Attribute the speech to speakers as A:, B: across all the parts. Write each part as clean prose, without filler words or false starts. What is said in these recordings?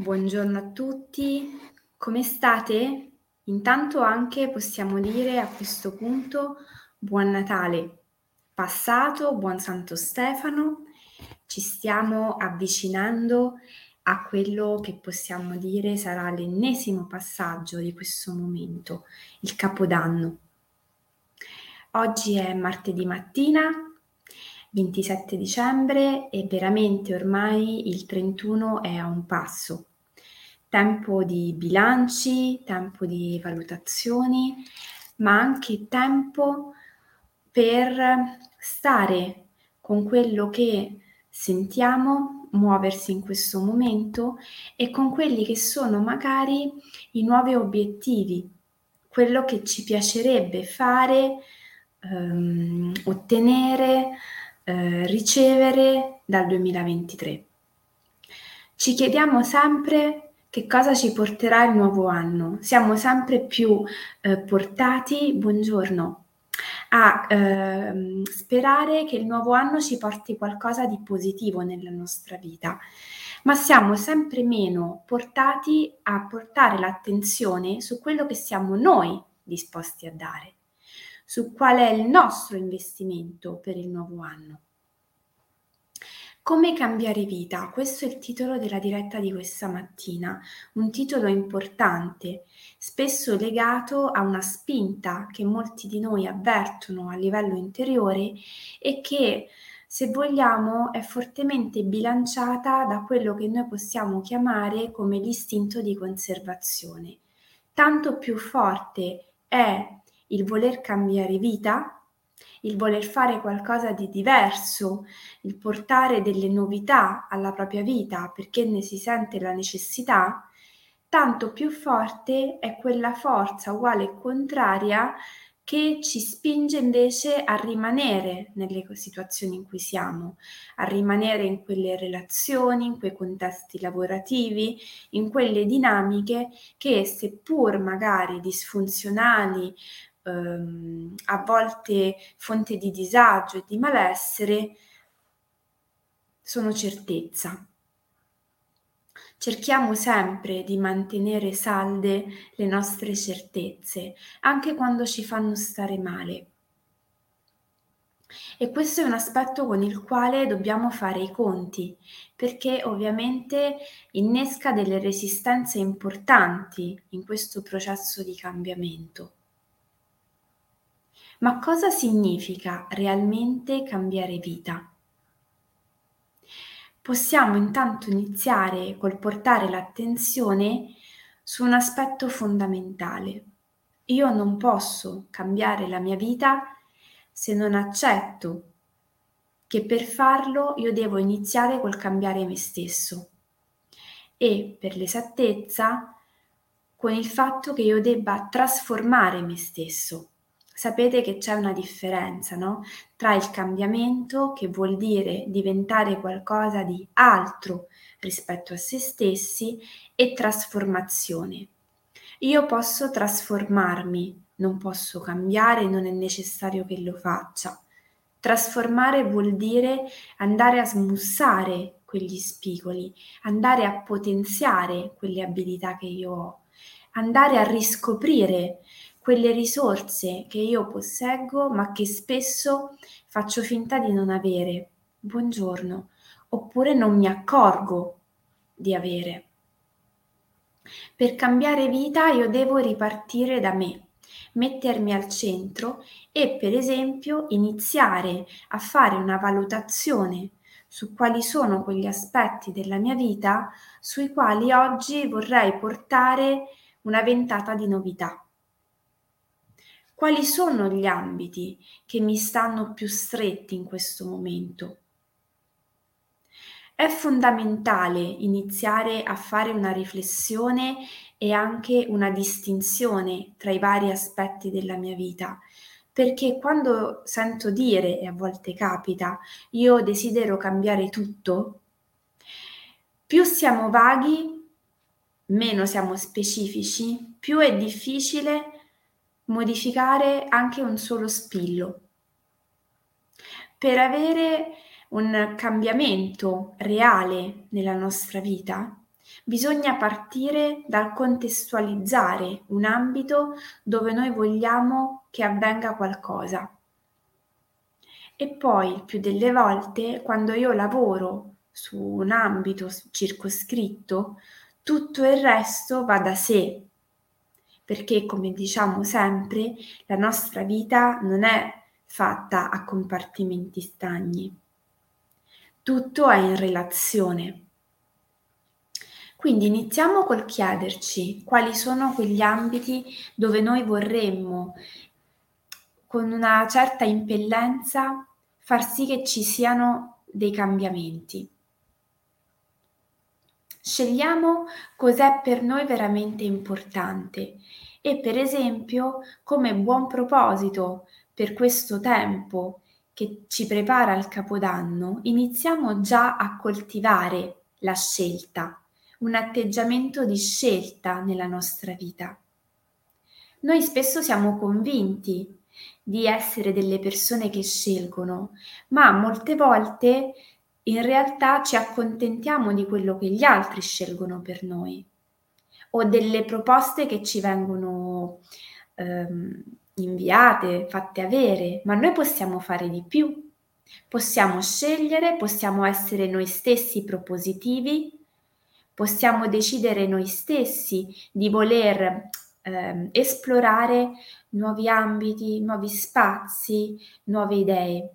A: Buongiorno a tutti, come state? Intanto anche possiamo dire a questo punto buon Natale passato, buon Santo Stefano. Ci stiamo avvicinando a quello che possiamo dire sarà l'ennesimo passaggio di questo momento, il Capodanno. Oggi è martedì mattina, 27 dicembre e veramente ormai il 31 è a un passo. Tempo di bilanci, tempo di valutazioni, ma anche tempo per stare con quello che sentiamo muoversi in questo momento e con quelli che sono magari i nuovi obiettivi, quello che ci piacerebbe fare, ottenere, ricevere dal 2023. Ci chiediamo sempre che cosa ci porterà il nuovo anno. Siamo sempre più, portati buongiorno, a, sperare che il nuovo anno ci porti qualcosa di positivo nella nostra vita, ma siamo sempre meno portati a portare l'attenzione su quello che siamo noi disposti a dare, su qual è il nostro investimento per il nuovo anno. Come cambiare vita? Questo è il titolo della diretta di questa mattina, un titolo importante, spesso legato a una spinta che molti di noi avvertono a livello interiore e che, se vogliamo, è fortemente bilanciata da quello che noi possiamo chiamare come l'istinto di conservazione. Tanto più forte è il voler cambiare vita, il voler fare qualcosa di diverso, il portare delle novità alla propria vita perché ne si sente la necessità, tanto più forte è quella forza uguale e contraria che ci spinge invece a rimanere nelle situazioni in cui siamo, a rimanere in quelle relazioni, in quei contesti lavorativi, in quelle dinamiche che, seppur magari disfunzionali, a volte fonte di disagio e di malessere, sono certezza. Cerchiamo sempre di mantenere salde le nostre certezze, anche quando ci fanno stare male. E questo è un aspetto con il quale dobbiamo fare i conti, perché ovviamente innesca delle resistenze importanti in questo processo di cambiamento. Ma cosa significa realmente cambiare vita? Possiamo intanto iniziare col portare l'attenzione su un aspetto fondamentale. Io non posso cambiare la mia vita se non accetto che per farlo io devo iniziare col cambiare me stesso e, per l'esattezza, con il fatto che io debba trasformare me stesso. Sapete che c'è una differenza, no? Tra il cambiamento, che vuol dire diventare qualcosa di altro rispetto a se stessi, e trasformazione. Io posso trasformarmi, non posso cambiare, non è necessario che lo faccia. Trasformare vuol dire andare a smussare quegli spigoli, andare a potenziare quelle abilità che io ho, andare a riscoprire quelle risorse che io posseggo ma che spesso faccio finta di non avere. Buongiorno, oppure non mi accorgo di avere. Per cambiare vita io devo ripartire da me, mettermi al centro e, per esempio, iniziare a fare una valutazione su quali sono quegli aspetti della mia vita sui quali oggi vorrei portare una ventata di novità. Quali sono gli ambiti che mi stanno più stretti in questo momento? È fondamentale iniziare a fare una riflessione e anche una distinzione tra i vari aspetti della mia vita, perché quando sento dire, e a volte capita, io desidero cambiare tutto, più siamo vaghi, meno siamo specifici, più è difficile modificare anche un solo spillo. Per avere un cambiamento reale nella nostra vita, Bisogna partire dal contestualizzare un ambito dove noi vogliamo che avvenga qualcosa. E poi, il più delle volte, quando io lavoro su un ambito circoscritto, tutto il resto va da sé, perché come diciamo sempre, la nostra vita non è fatta a compartimenti stagni, tutto è in relazione. Quindi iniziamo col chiederci quali sono quegli ambiti dove noi vorremmo, con una certa impellenza, far sì che ci siano dei cambiamenti. Scegliamo cos'è per noi veramente importante e per esempio come buon proposito per questo tempo che ci prepara al Capodanno, iniziamo già a coltivare la scelta, un atteggiamento di scelta nella nostra vita. Noi spesso siamo convinti di essere delle persone che scelgono, ma molte volte in realtà ci accontentiamo di quello che gli altri scelgono per noi o delle proposte che ci vengono inviate, fatte avere, ma noi possiamo fare di più. Possiamo scegliere, possiamo essere noi stessi propositivi, possiamo decidere noi stessi di voler esplorare nuovi ambiti, nuovi spazi, nuove idee.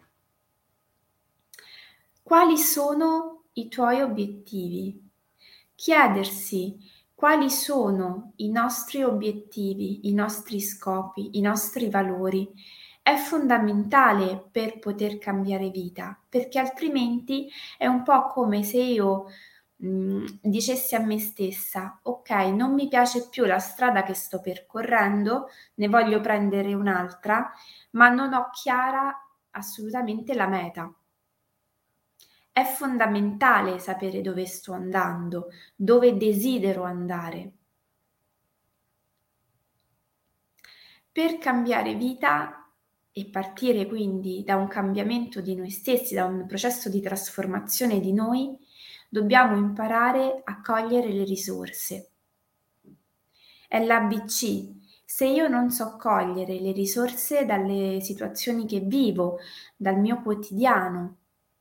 A: Quali sono i tuoi obiettivi? Chiedersi quali sono i nostri obiettivi, i nostri scopi, i nostri valori è fondamentale per poter cambiare vita, perché altrimenti è un po' come se io dicessi a me stessa: ok, non mi piace più la strada che sto percorrendo, ne voglio prendere un'altra, ma non ho chiara assolutamente la meta. È fondamentale sapere dove sto andando, dove desidero andare. Per cambiare vita e partire quindi da un cambiamento di noi stessi, da un processo di trasformazione di noi, dobbiamo imparare a cogliere le risorse. È l'ABC. Se io non so cogliere le risorse dalle situazioni che vivo, dal mio quotidiano,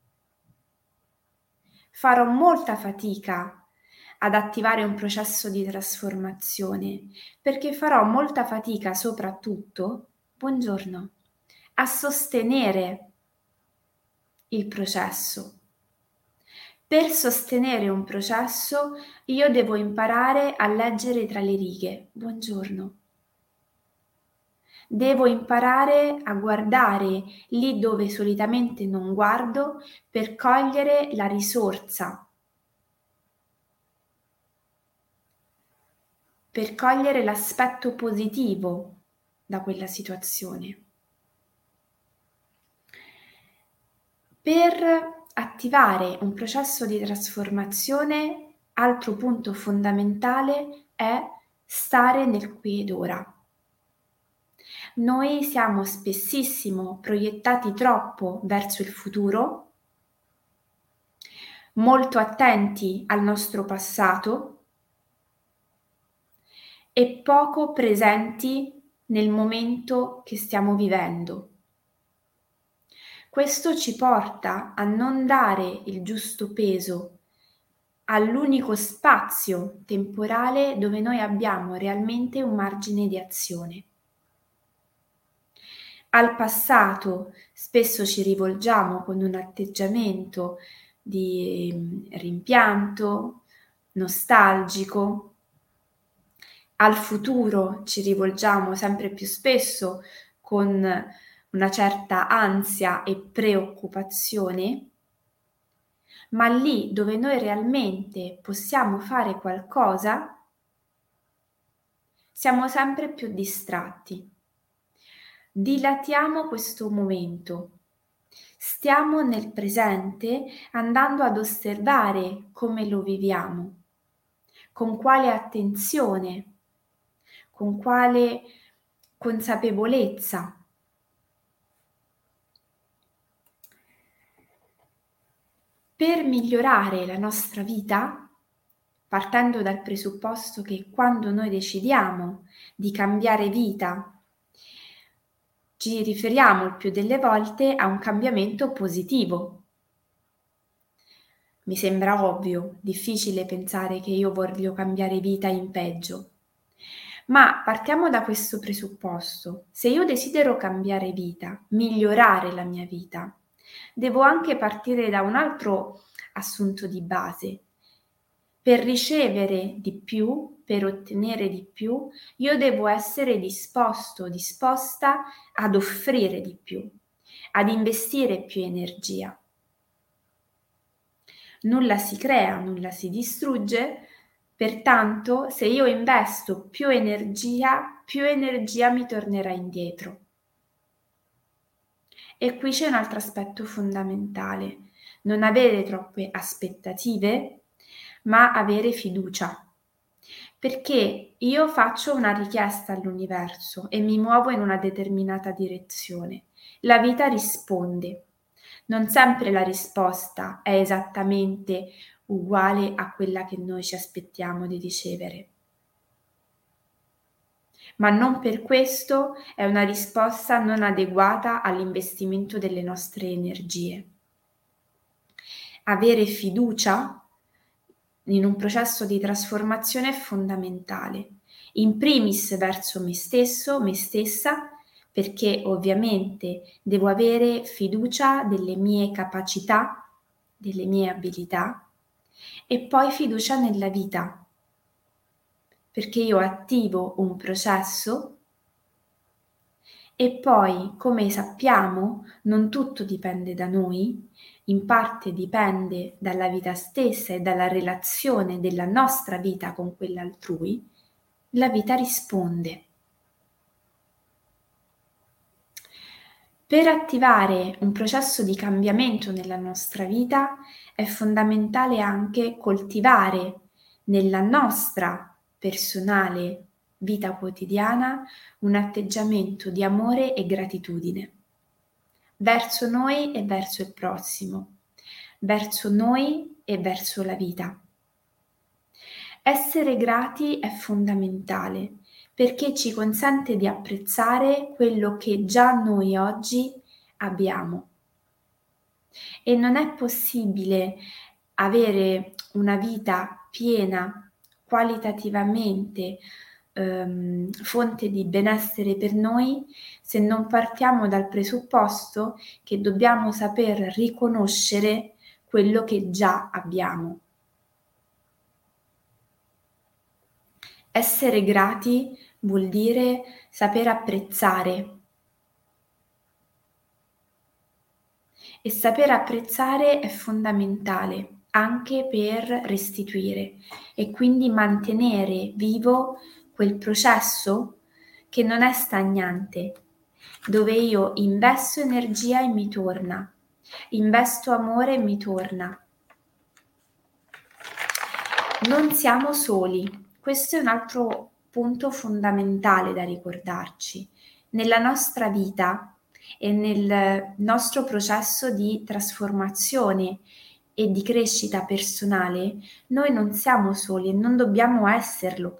A: farò molta fatica ad attivare un processo di trasformazione, perché farò molta fatica soprattutto, buongiorno, a sostenere il processo. Per sostenere un processo io devo imparare a leggere tra le righe. Buongiorno. Devo imparare a guardare lì dove solitamente non guardo per cogliere la risorsa, per cogliere l'aspetto positivo da quella situazione. Per attivare un processo di trasformazione, altro punto fondamentale è stare nel qui ed ora. Noi siamo spessissimo proiettati troppo verso il futuro, molto attenti al nostro passato e poco presenti nel momento che stiamo vivendo. Questo ci porta a non dare il giusto peso all'unico spazio temporale dove noi abbiamo realmente un margine di azione. Al passato spesso ci rivolgiamo con un atteggiamento di rimpianto, nostalgico. Al futuro ci rivolgiamo sempre più spesso con una certa ansia e preoccupazione, ma lì dove noi realmente possiamo fare qualcosa, siamo sempre più distratti. Dilatiamo questo momento. Stiamo nel presente andando ad osservare come lo viviamo, con quale attenzione, con quale consapevolezza. Per migliorare la nostra vita partendo dal presupposto che quando noi decidiamo di cambiare vita, ci riferiamo il più delle volte a un cambiamento positivo. Mi sembra ovvio, difficile pensare che io voglio cambiare vita in peggio. Ma partiamo da questo presupposto. Se io desidero cambiare vita, migliorare la mia vita, devo anche partire da un altro assunto di base. Per ricevere di più, per ottenere di più, io devo essere disposto, disposta ad offrire di più, ad investire più energia. Nulla si crea, nulla si distrugge, pertanto se io investo più energia mi tornerà indietro. E qui c'è un altro aspetto fondamentale: non avere troppe aspettative, ma avere fiducia. Perché io faccio una richiesta all'universo e mi muovo in una determinata direzione. La vita risponde. Non sempre la risposta è esattamente uguale a quella che noi ci aspettiamo di ricevere. Ma non per questo è una risposta non adeguata all'investimento delle nostre energie. Avere fiducia in un processo di trasformazione è fondamentale, in primis verso me stesso, me stessa, perché ovviamente devo avere fiducia delle mie capacità, delle mie abilità, e poi fiducia nella vita, perché io attivo un processo e poi, come sappiamo, non tutto dipende da noi, in parte dipende dalla vita stessa e dalla relazione della nostra vita con quella altrui, la vita risponde. Per attivare un processo di cambiamento nella nostra vita è fondamentale anche coltivare nella nostra personale vita quotidiana un atteggiamento di amore e gratitudine verso noi e verso il prossimo, verso noi e verso la vita. Essere grati è fondamentale perché ci consente di apprezzare quello che già noi oggi abbiamo. E non è possibile avere una vita piena, qualitativamente fonte di benessere per noi se non partiamo dal presupposto che dobbiamo saper riconoscere quello che già abbiamo. Essere grati vuol dire saper apprezzare. E saper apprezzare è fondamentale anche per restituire e quindi mantenere vivo quel processo che non è stagnante, dove io investo energia e mi torna, investo amore e mi torna. Non siamo soli, questo è un altro punto fondamentale da ricordarci. Nella nostra vita e nel nostro processo di trasformazione e di crescita personale, noi non siamo soli e non dobbiamo esserlo.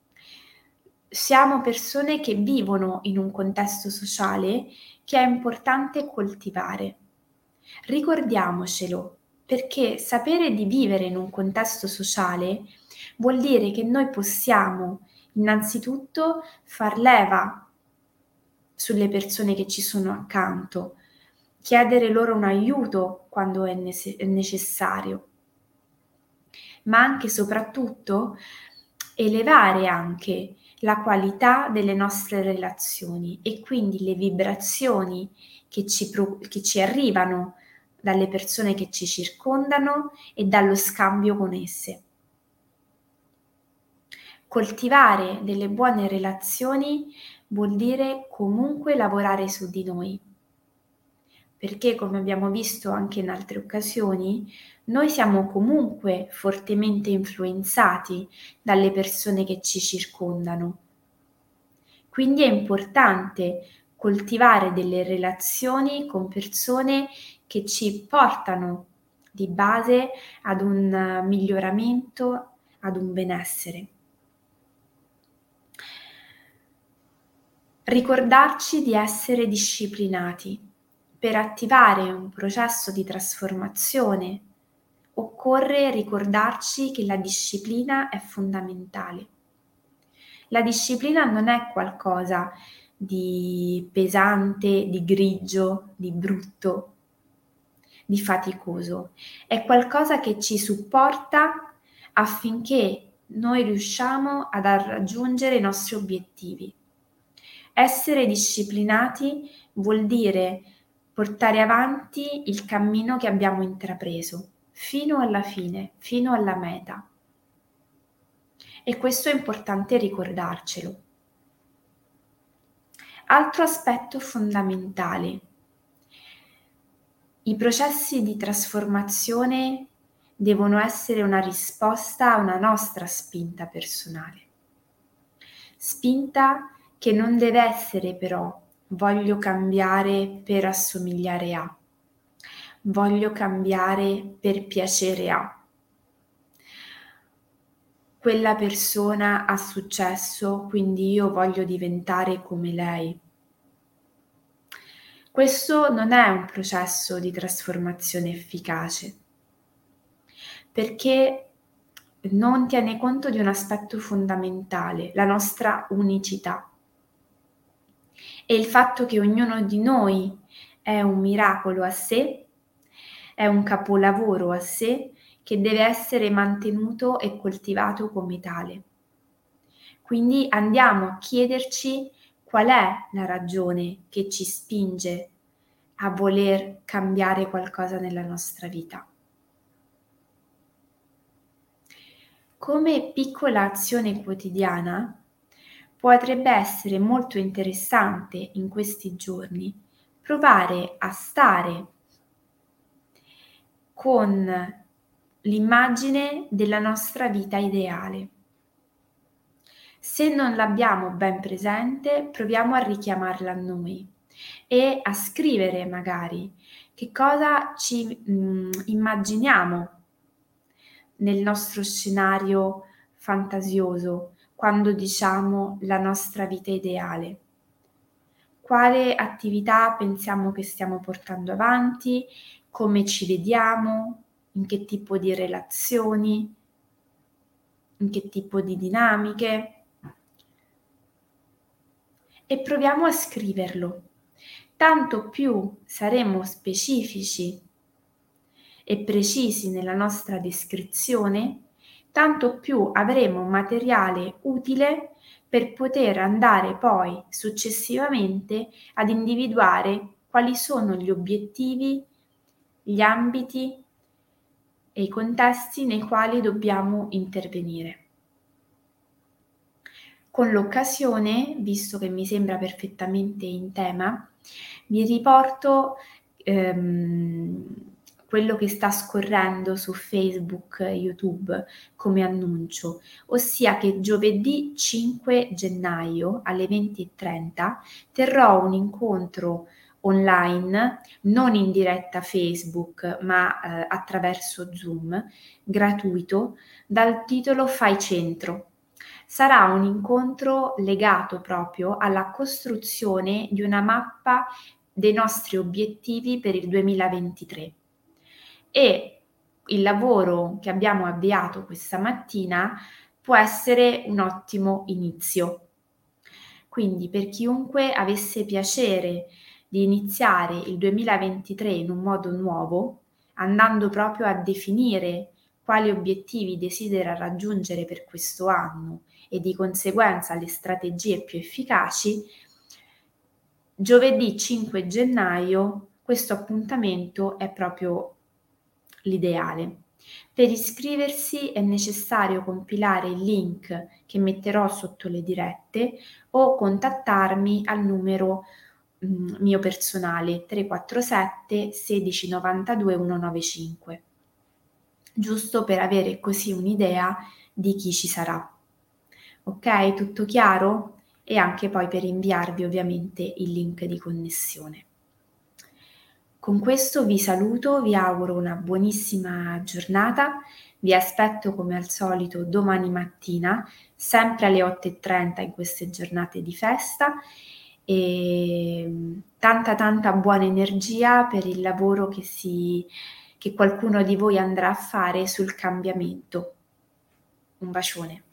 A: Siamo persone che vivono in un contesto sociale che è importante coltivare. Ricordiamocelo, perché sapere di vivere in un contesto sociale vuol dire che noi possiamo innanzitutto far leva sulle persone che ci sono accanto, chiedere loro un aiuto quando è necessario, ma anche e soprattutto elevare anche la qualità delle nostre relazioni e quindi le vibrazioni che ci arrivano dalle persone che ci circondano e dallo scambio con esse. Coltivare delle buone relazioni vuol dire comunque lavorare su di noi, perché come abbiamo visto anche in altre occasioni, noi siamo comunque fortemente influenzati dalle persone che ci circondano. Quindi è importante coltivare delle relazioni con persone che ci portano di base ad un miglioramento, ad un benessere. Ricordarci di essere disciplinati. Per attivare un processo di trasformazione occorre ricordarci che la disciplina è fondamentale. La disciplina non è qualcosa di pesante, di grigio, di brutto, di faticoso. È qualcosa che ci supporta affinché noi riusciamo ad raggiungere i nostri obiettivi. Essere disciplinati vuol dire portare avanti il cammino che abbiamo intrapreso fino alla fine, fino alla meta. E questo è importante ricordarcelo. Altro aspetto fondamentale. I processi di trasformazione devono essere una risposta a una nostra spinta personale. Spinta che non deve essere però voglio cambiare per assomigliare a, voglio cambiare per piacere a. Quella persona ha successo, quindi io voglio diventare come lei. Questo non è un processo di trasformazione efficace, perché non tiene conto di un aspetto fondamentale, la nostra unicità e il fatto che ognuno di noi è un miracolo a sé, è un capolavoro a sé che deve essere mantenuto e coltivato come tale. Quindi andiamo a chiederci qual è la ragione che ci spinge a voler cambiare qualcosa nella nostra vita. Come piccola azione quotidiana potrebbe essere molto interessante in questi giorni provare a stare con l'immagine della nostra vita ideale. Se non l'abbiamo ben presente, proviamo a richiamarla a noi e a scrivere magari che cosa ci immaginiamo nel nostro scenario fantasioso quando diciamo la nostra vita ideale. Quale attività pensiamo che stiamo portando avanti, come ci vediamo, in che tipo di relazioni, in che tipo di dinamiche. E proviamo a scriverlo. Tanto più saremo specifici e precisi nella nostra descrizione, tanto più avremo materiale utile per poter andare poi successivamente ad individuare quali sono gli obiettivi, gli ambiti e i contesti nei quali dobbiamo intervenire. Con l'occasione, visto che mi sembra perfettamente in tema, vi riporto quello che sta scorrendo su Facebook e YouTube come annuncio, ossia che giovedì 5 gennaio alle 20:30 terrò un incontro online, non in diretta Facebook, ma attraverso Zoom, gratuito, dal titolo Fai Centro. Sarà un incontro legato proprio alla costruzione di una mappa dei nostri obiettivi per il 2023 e il lavoro che abbiamo avviato questa mattina può essere un ottimo inizio. Quindi per chiunque avesse piacere di iniziare il 2023 in un modo nuovo, andando proprio a definire quali obiettivi desidera raggiungere per questo anno e di conseguenza le strategie più efficaci, giovedì 5 gennaio questo appuntamento è proprio l'ideale. Per iscriversi è necessario compilare il link che metterò sotto le dirette o contattarmi al numero mio personale 347 16 92 195, giusto per avere così un'idea di chi ci sarà. Ok, tutto chiaro? E anche poi per inviarvi ovviamente il link di connessione. Con questo vi saluto, vi auguro una buonissima giornata, vi aspetto come al solito domani mattina, sempre alle 8:30 in queste giornate di festa e tanta buona energia per il lavoro che qualcuno di voi andrà a fare sul cambiamento. Un bacione.